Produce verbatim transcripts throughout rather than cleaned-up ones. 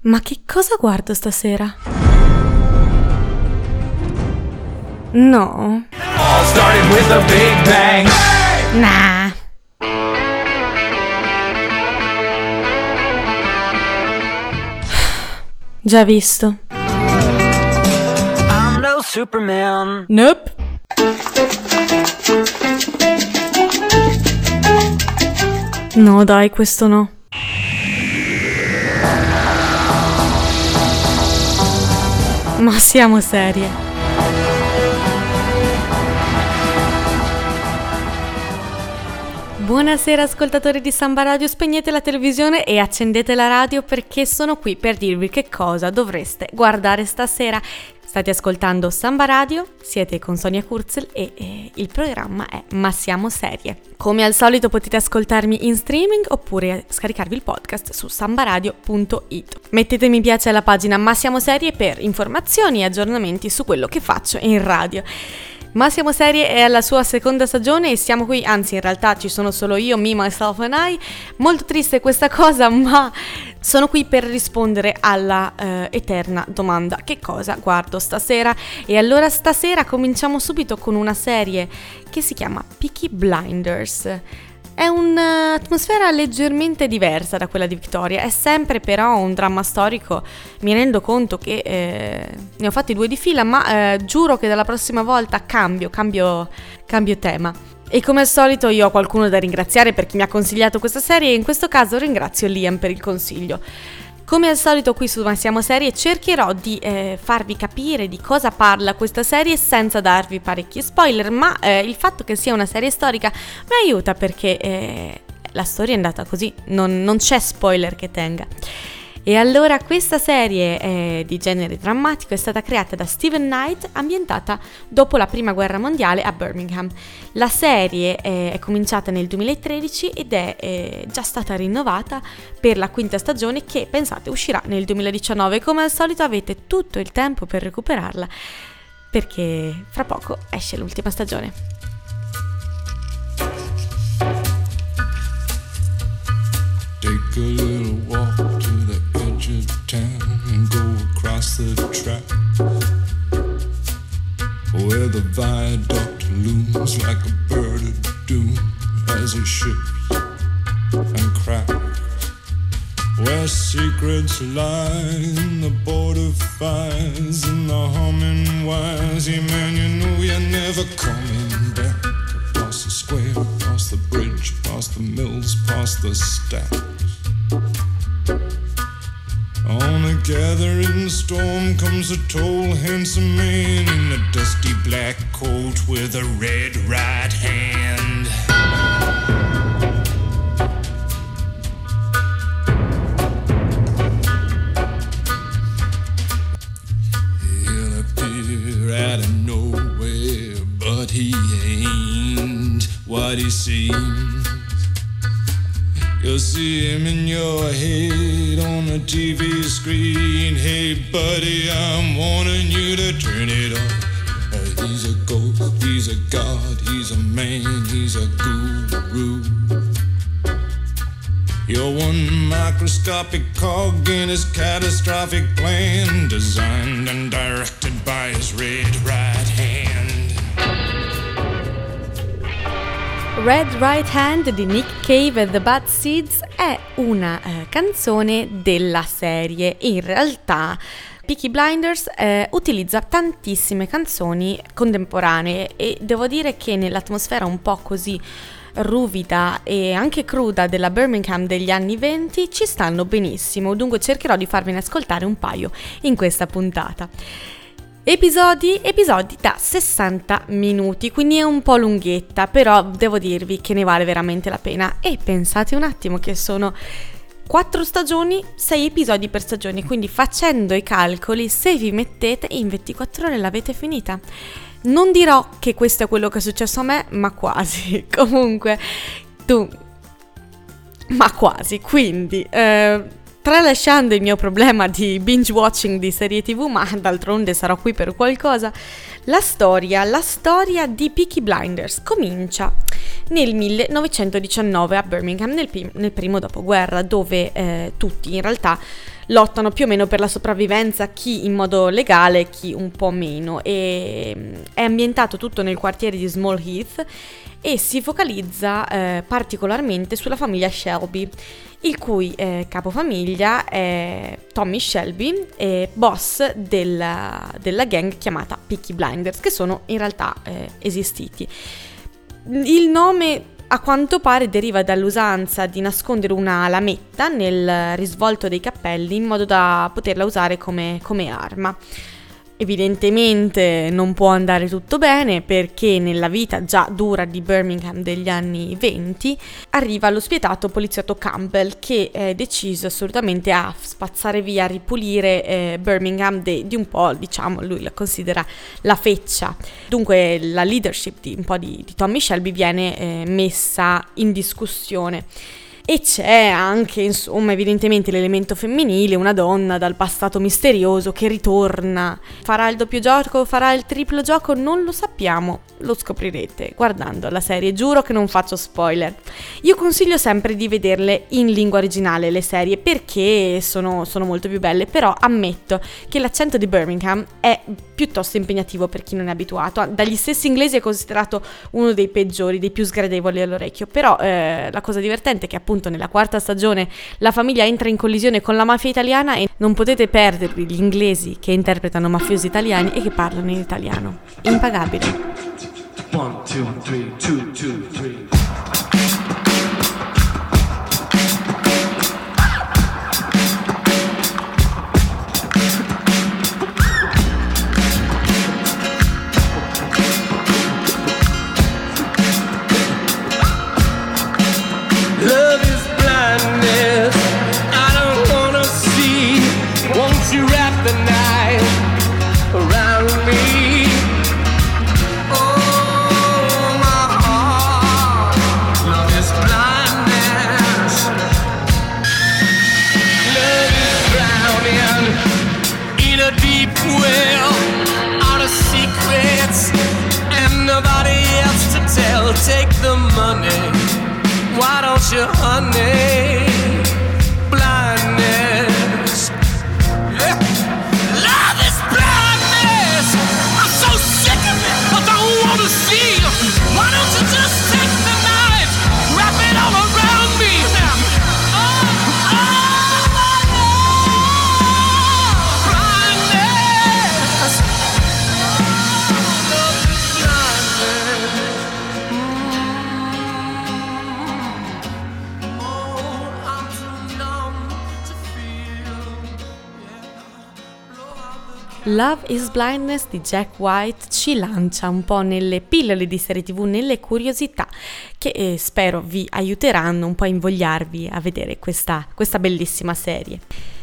Ma che cosa guardo stasera? No. All started with a big bang. Nah. Già visto. I'm no Superman. Nope. No, dai, questo no. Ma siamo serie. Buonasera ascoltatori di Samba Radio, spegnete la televisione e accendete la radio perché sono qui per dirvi che cosa dovreste guardare stasera. State ascoltando Samba Radio, siete con Sonia Kurzel e, e il programma è Ma siamo serie. Come al solito potete ascoltarmi in streaming oppure scaricarvi il podcast su sambaradio punto it. Mettete mi piace alla pagina Ma siamo serie per informazioni e aggiornamenti su quello che faccio in radio. Ma siamo serie è alla sua seconda stagione e siamo qui, anzi in realtà ci sono solo io, me, myself and I. Molto triste questa cosa, ma sono qui per rispondere alla eh, eterna domanda: che cosa guardo stasera? E allora stasera cominciamo subito con una serie che si chiama Peaky Blinders. È un'atmosfera leggermente diversa da quella di Victoria, è sempre però un dramma storico. Mi rendo conto che eh, ne ho fatti due di fila, ma eh, giuro che dalla prossima volta cambio, cambio, cambio tema. E come al solito io ho qualcuno da ringraziare per chi mi ha consigliato questa serie e in questo caso ringrazio Liam per il consiglio. Come al solito qui su Ma siamo serie cercherò di eh, farvi capire di cosa parla questa serie senza darvi parecchi spoiler, ma eh, il fatto che sia una serie storica mi aiuta perché eh, la storia è andata così, non, non c'è spoiler che tenga. E allora questa serie eh, di genere drammatico è stata creata da Steven Knight, ambientata dopo la prima guerra mondiale a Birmingham. La serie eh, è cominciata nel duemilatredici ed è eh, già stata rinnovata per la quinta stagione che, pensate, uscirà nel duemiladiciannove. Come al solito avete tutto il tempo per recuperarla perché fra poco esce l'ultima stagione. Take a little walk to the edge of town and go across the track where the viaduct looms like a bird of doom as it shifts and cracks, where secrets lie in the border fires and the humming wires. Yeah, man, you know you're never coming back. Across the square, across the bridge, past the mills, past the stacks. On a gathering storm comes a tall, handsome man in a dusty black coat with a red right hand. He'll appear out of nowhere, but he ain't what he seems. You'll see him in your head on the T V screen. Hey buddy, I'm warning you to turn it off. Uh, he's a ghost, he's a god, he's a man, he's a guru. You're one microscopic cog in his catastrophic plan, designed and directed by his red right hand. Red Right Hand di Nick Cave e The Bad Seeds è una eh, canzone della serie. In realtà Peaky Blinders eh, utilizza tantissime canzoni contemporanee e devo dire che nell'atmosfera un po' così ruvida e anche cruda della Birmingham degli anni venti ci stanno benissimo, dunque cercherò di farvene ascoltare un paio in questa puntata. Episodi, episodi da sessanta minuti, quindi è un po' lunghetta, però devo dirvi che ne vale veramente la pena. E pensate un attimo che sono quattro stagioni, sei episodi per stagione, quindi facendo i calcoli, se vi mettete in ventiquattro ore l'avete finita. Non dirò che questo è quello che è successo a me, ma quasi. Comunque, tu... ma quasi, quindi... Eh... Tralasciando il mio problema di binge watching di serie tv, ma d'altronde sarò qui per qualcosa, la storia, la storia di Peaky Blinders comincia nel millenovecentodiciannove a Birmingham, nel, prim- nel primo dopoguerra, dove eh, tutti in realtà lottano più o meno per la sopravvivenza, chi in modo legale, chi un po' meno, e è ambientato tutto nel quartiere di Small Heath e si focalizza eh, particolarmente sulla famiglia Shelby, il cui eh, capofamiglia è Tommy Shelby, eh, boss della, della gang chiamata Peaky Blinders, che sono in realtà eh, esistiti. Il nome a quanto pare deriva dall'usanza di nascondere una lametta nel risvolto dei cappelli in modo da poterla usare come, come arma. Evidentemente non può andare tutto bene, perché nella vita già dura di Birmingham degli anni venti arriva lo spietato poliziotto Campbell, che è deciso assolutamente a spazzare via, a ripulire eh, Birmingham de, di un po', diciamo, lui la considera la feccia. Dunque la leadership di un po' di, di Tommy Shelby viene eh, messa in discussione. E c'è anche, insomma, evidentemente l'elemento femminile, una donna dal passato misterioso che ritorna. Farà il doppio gioco, farà il triplo gioco, non lo sappiamo, lo scoprirete guardando la serie, giuro che non faccio spoiler. Io consiglio sempre di vederle in lingua originale le serie, perché sono, sono molto più belle, però ammetto che l'accento di Birmingham è piuttosto impegnativo per chi non è abituato. Dagli stessi inglesi è considerato uno dei peggiori, dei più sgradevoli all'orecchio, però eh, la cosa divertente è che appunto nella quarta stagione la famiglia entra in collisione con la mafia italiana e non potete perdervi gli inglesi che interpretano mafiosi italiani e che parlano in italiano. Impagabile. One, two, three, two, two, three. Love is blindness, I don't wanna see. Won't you wrap the night around me? Oh, my heart, love is blindness. Love is drowning in a deep well, out of secrets, and nobody else to tell. Take the money, why don't you, honey? Blindness. Yeah. Love is blindness. I'm so sick of it. I don't want to see. Why don't you just take the knife, wrap it all around me now? Oh, oh, my God. Blindness. Oh, love is blindness. Love is Blindness di Jack White ci lancia un po' nelle pillole di serie tv, nelle curiosità che eh, spero vi aiuteranno un po' a invogliarvi a vedere questa, questa bellissima serie.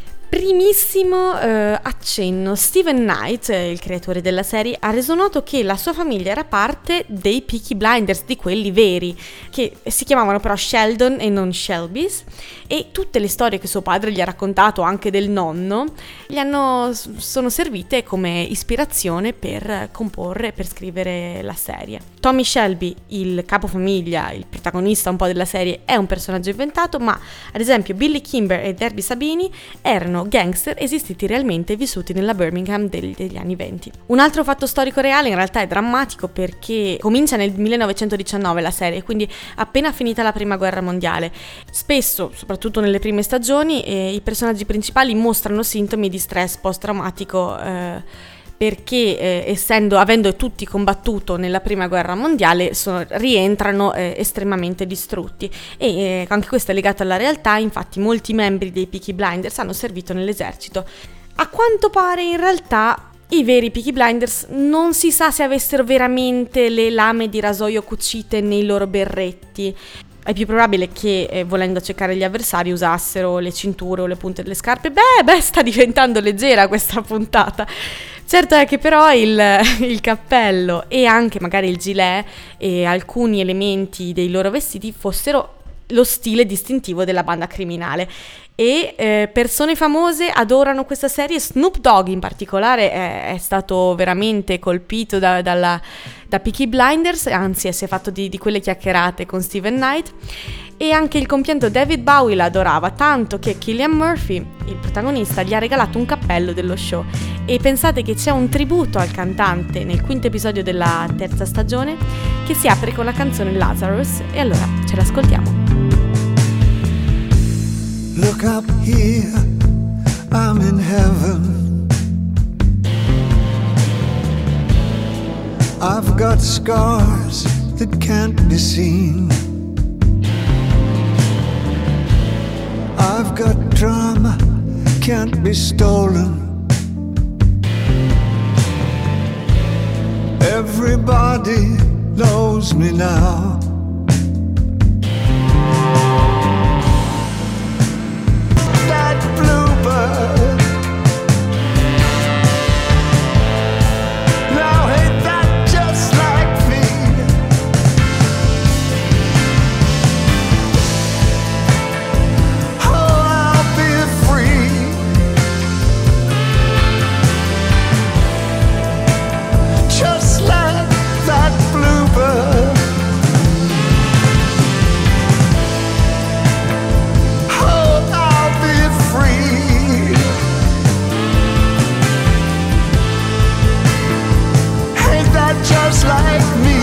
Primissimo eh, accenno, Steven Knight, il creatore della serie, ha reso noto che la sua famiglia era parte dei Peaky Blinders, di quelli veri, che si chiamavano però Sheldon e non Shelbys, e tutte le storie che suo padre gli ha raccontato, anche del nonno, gli hanno, sono servite come ispirazione per comporre, per scrivere la serie. Tommy Shelby, il capofamiglia, il protagonista un po' della serie, è un personaggio inventato, ma ad esempio Billy Kimber e Derby Sabini erano gangster esistiti realmente, vissuti nella Birmingham degli, degli anni venti. Un altro fatto storico reale in realtà è drammatico, perché comincia nel millenovecentodiciannove la serie, quindi appena finita la prima guerra mondiale. Spesso, soprattutto nelle prime stagioni, eh, i personaggi principali mostrano sintomi di stress post-traumatico, eh, perché eh, essendo, avendo tutti combattuto nella prima guerra mondiale, sono, rientrano eh, estremamente distrutti, e eh, anche questo è legato alla realtà. Infatti molti membri dei Peaky Blinders hanno servito nell'esercito. A quanto pare in realtà i veri Peaky Blinders non si sa se avessero veramente le lame di rasoio cucite nei loro berretti. È più probabile che, eh, volendo cercare gli avversari, usassero le cinture o le punte delle scarpe. Beh, beh, sta diventando leggera questa puntata. Certo è che però il, il cappello e anche magari il gilet e alcuni elementi dei loro vestiti fossero lo stile distintivo della banda criminale. E eh, persone famose adorano questa serie. Snoop Dogg in particolare è, è stato veramente colpito da, dalla, da Peaky Blinders, anzi si è fatto di, di quelle chiacchierate con Steven Knight. e anche il compianto David Bowie la adorava, tanto che Cillian Murphy, il protagonista, gli ha regalato un cappello dello show. E pensate che c'è un tributo al cantante nel quinto episodio della terza stagione che si apre con la canzone Lazarus, e allora ce l'ascoltiamo. Look up here, I'm in heaven. I've got scars that can't be seen. I've got drama, can't be stolen. Everybody knows me now. That bluebird, now ain't that just like me? Oh, I'll be free. Just like that bluebird. Oh, I'll be free. Ain't that just like me?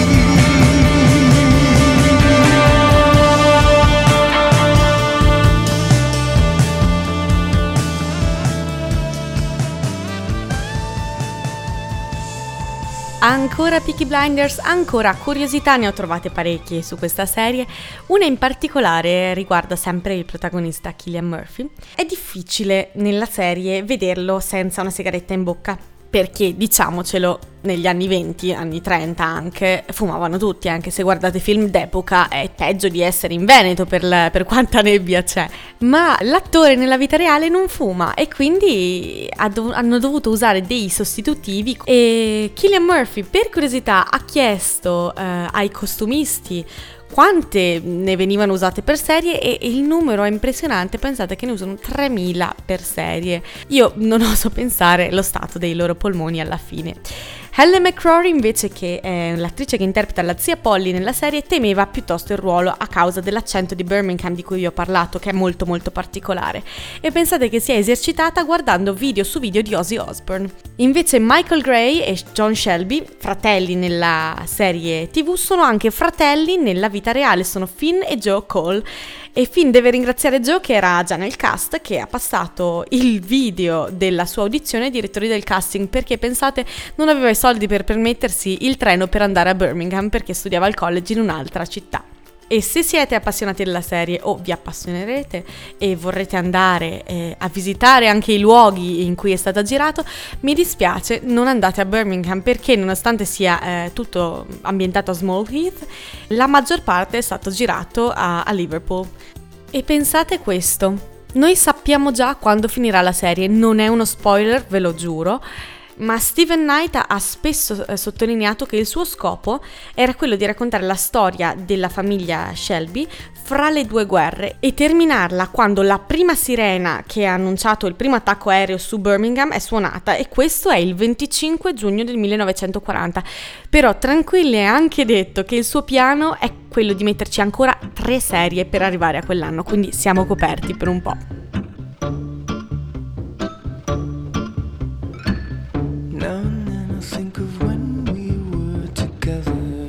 Ancora Peaky Blinders, ancora curiosità, ne ho trovate parecchie su questa serie. Una in particolare riguarda sempre il protagonista Cillian Murphy. È difficile nella serie vederlo senza una sigaretta in bocca, perché diciamocelo, negli anni venti, anni trenta anche, fumavano tutti, anche se guardate film d'epoca è peggio di essere in Veneto per, la, per quanta nebbia c'è. Ma l'attore nella vita reale non fuma e quindi ha dov- hanno dovuto usare dei sostitutivi, e Cillian Murphy per curiosità ha chiesto eh, ai costumisti quante ne venivano usate per serie, e il numero è impressionante. Pensate che ne usano tremila per serie. Io non oso pensare lo stato dei loro polmoni alla fine. Helen McCrory invece, che è l'attrice che interpreta la zia Polly nella serie, temeva piuttosto il ruolo a causa dell'accento di Birmingham di cui vi ho parlato, che è molto molto particolare, e pensate che si è esercitata guardando video su video di Ozzy Osbourne. Invece Michael Gray e John Shelby, fratelli nella serie tivù, sono anche fratelli nella vita reale, sono Finn e Joe Cole. E Finn deve ringraziare Joe, che era già nel cast, che ha passato il video della sua audizione ai direttori del casting, perché pensate non aveva i soldi per permettersi il treno per andare a Birmingham perché studiava al college in un'altra città. E se siete appassionati della serie o vi appassionerete e vorrete andare eh, a visitare anche i luoghi in cui è stato girato, mi dispiace, non andate a Birmingham, perché nonostante sia eh, tutto ambientato a Small Heath, la maggior parte è stato girato a, a Liverpool. E pensate questo, noi sappiamo già quando finirà la serie, non è uno spoiler, ve lo giuro, ma Steven Knight ha spesso eh, sottolineato che il suo scopo era quello di raccontare la storia della famiglia Shelby fra le due guerre e terminarla quando la prima sirena che ha annunciato il primo attacco aereo su Birmingham è suonata, e questo è il venticinque giugno del millenovecentoquaranta. Però tranquilli, è anche detto che il suo piano è quello di metterci ancora tre serie per arrivare a quell'anno, quindi siamo coperti per un po'. Now and then I think of when we were together,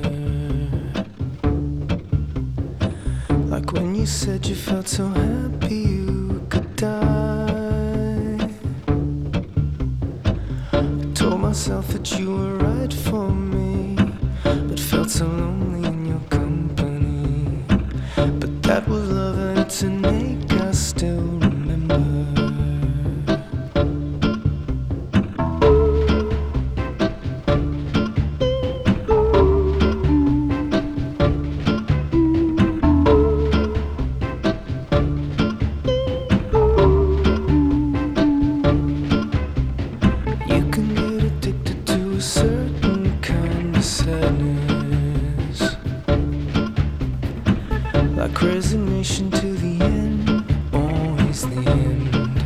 like when you said you felt so happy you could die. I told myself that you were right for me, but felt so lonely in your company. But that was love, and it's an ache I still remember. Like resignation to the end, always the end.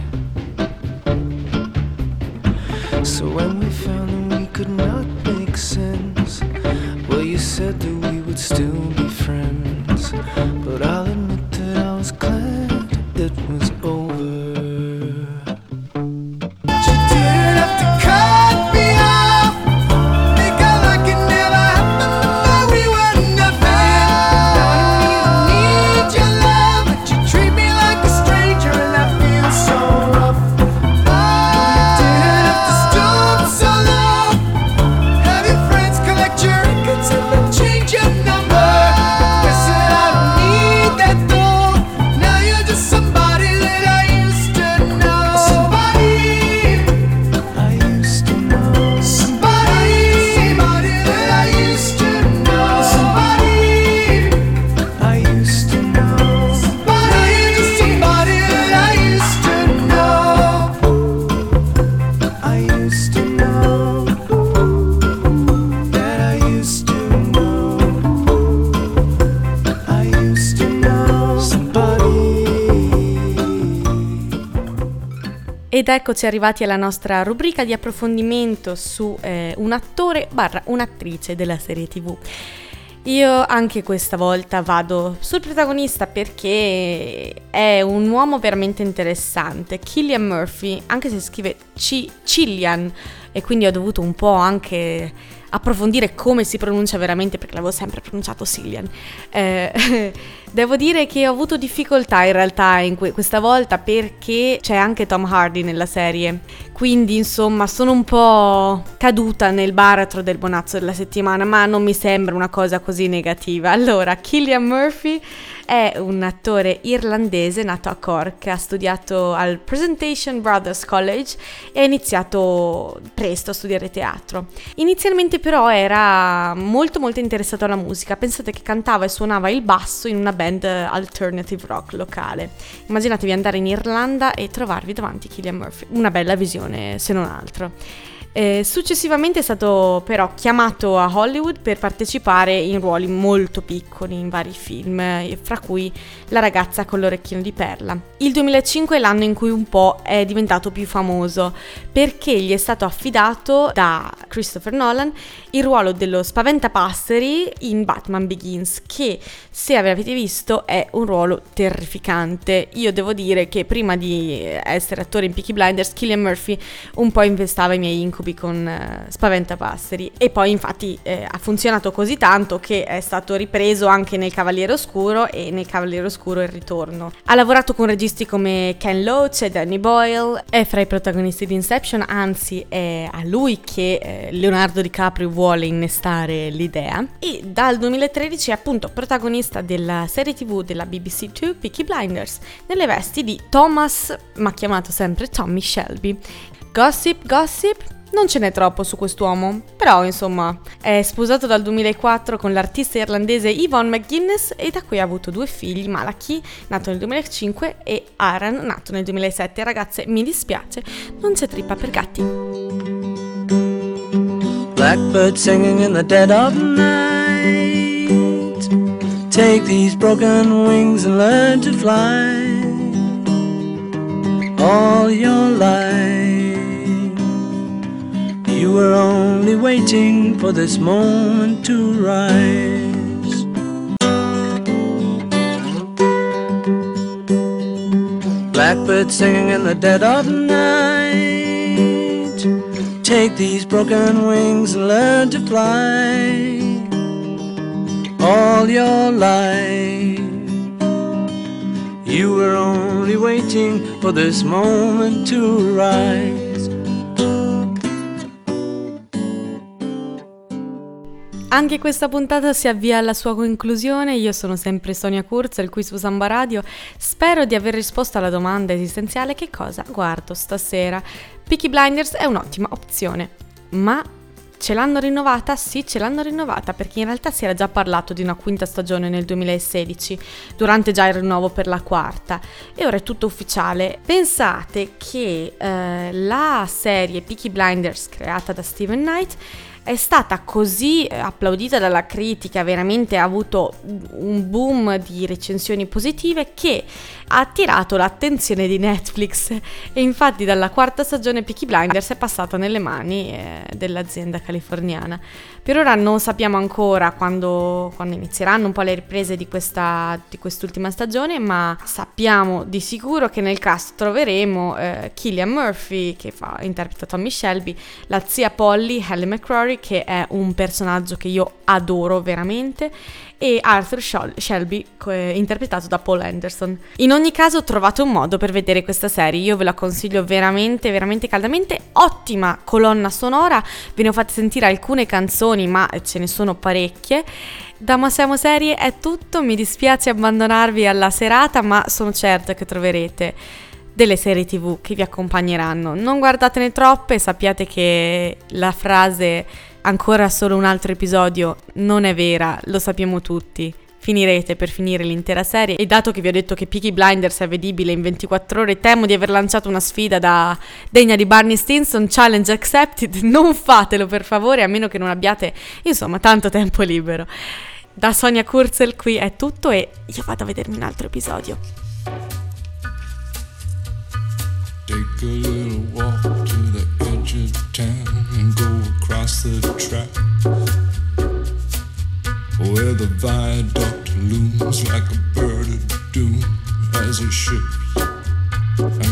So when we found that we could not make sense, well, you said that we would still be friends, but I'll admit Ed eccoci arrivati alla nostra rubrica di approfondimento su eh, un attore barra un'attrice della serie tivù. Io anche questa volta vado sul protagonista perché è un uomo veramente interessante, Cillian Murphy, anche se scrive C- Cillian, e quindi ho dovuto un po' anche approfondire come si pronuncia veramente, perché l'avevo sempre pronunciato Cillian. Eh, devo dire che ho avuto difficoltà in realtà in que- questa volta perché c'è anche Tom Hardy nella serie, quindi insomma sono un po' caduta nel baratro del bonazzo della settimana, ma non mi sembra una cosa così negativa. Allora, Cillian Murphy è un attore irlandese nato a Cork, ha studiato al Presentation Brothers College e ha iniziato presto a studiare teatro. Inizialmente però era molto molto interessato alla musica, pensate che cantava e suonava il basso in una band alternative rock locale. Immaginatevi andare in Irlanda e trovarvi davanti Cillian Murphy, una bella visione se non altro. Eh, successivamente è stato però chiamato a Hollywood per partecipare in ruoli molto piccoli in vari film, eh, fra cui La ragazza con l'orecchino di perla. Il duemilacinque è l'anno in cui un po' è diventato più famoso perché gli è stato affidato da Christopher Nolan il ruolo dello spaventapasseri in Batman Begins, che se avete visto è un ruolo terrificante. Io devo dire che prima di essere attore in Peaky Blinders, Cillian Murphy un po' investava i miei incubi con uh, spaventapasseri, e poi infatti eh, ha funzionato così tanto che è stato ripreso anche nel Cavaliere Oscuro e nel Cavaliere Oscuro Il Ritorno. Ha lavorato con registi come Ken Loach e Danny Boyle, è fra i protagonisti di Inception, anzi è a lui che eh, Leonardo DiCaprio vuole innestare l'idea, e dal duemilatredici è appunto protagonista della serie tivù della B B C due Peaky Blinders nelle vesti di Thomas, ma chiamato sempre Tommy Shelby. Gossip, gossip? Non ce n'è troppo su quest'uomo, però insomma è sposato dal duemilaquattro con l'artista irlandese Yvonne McGuinness e da cui ha avuto due figli, Malachy, nato nel duemilacinque, e Aran, nato nel duemilasette. Ragazze, mi dispiace, non c'è trippa per gatti. Blackbird singing in the dead of night. Take these broken wings and learn to fly all your life. You were only waiting for this moment to rise. Blackbird singing in the dead of night. Take these broken wings and learn to fly all your life. You were only waiting for this moment to rise. Anche questa puntata si avvia alla sua conclusione. Io sono sempre Sonia Kurzel qui su Samba Radio. Spero di aver risposto alla domanda esistenziale: che cosa guardo stasera? Peaky Blinders è un'ottima opzione, ma ce l'hanno rinnovata? Sì, ce l'hanno rinnovata, perché in realtà si era già parlato di una quinta stagione nel duemilasedici, durante già il rinnovo per la quarta, e ora è tutto ufficiale. Pensate che eh, la serie Peaky Blinders, creata da Steven Knight, è stata così applaudita dalla critica, veramente ha avuto un boom di recensioni positive, che ha attirato l'attenzione di Netflix, e infatti dalla quarta stagione Peaky Blinders è passata nelle mani eh, dell'azienda californiana. Per ora non sappiamo ancora quando, quando inizieranno un po' le riprese di, questa, di quest'ultima stagione, ma sappiamo di sicuro che nel cast troveremo eh, Cillian Murphy, che fa, interpreta Tommy Shelby, la zia Polly, Halle McCrory, che è un personaggio che io adoro veramente, e Arthur Shelby, interpretato da Paul Anderson. In ogni caso trovate un modo per vedere questa serie, io ve la consiglio veramente veramente caldamente. Ottima colonna sonora, ve ne ho fatte sentire alcune canzoni, ma ce ne sono parecchie. Da Ma Siamo Serie è tutto, mi dispiace abbandonarvi alla serata, ma sono certa che troverete delle serie tivù che vi accompagneranno. Non guardatene troppe, sappiate che la frase "ancora solo un altro episodio" non è vera, lo sappiamo tutti. Finirete per finire l'intera serie, e dato che vi ho detto che Peaky Blinders è vedibile in ventiquattro ore, temo di aver lanciato una sfida da degna di Barney Stinson. Challenge accepted, non fatelo per favore, a meno che non abbiate insomma tanto tempo libero. Da Sonia Kurzel qui è tutto, e io vado a vedermi un altro episodio. Take a little acid trap, where the viaduct looms like a bird of doom as it ships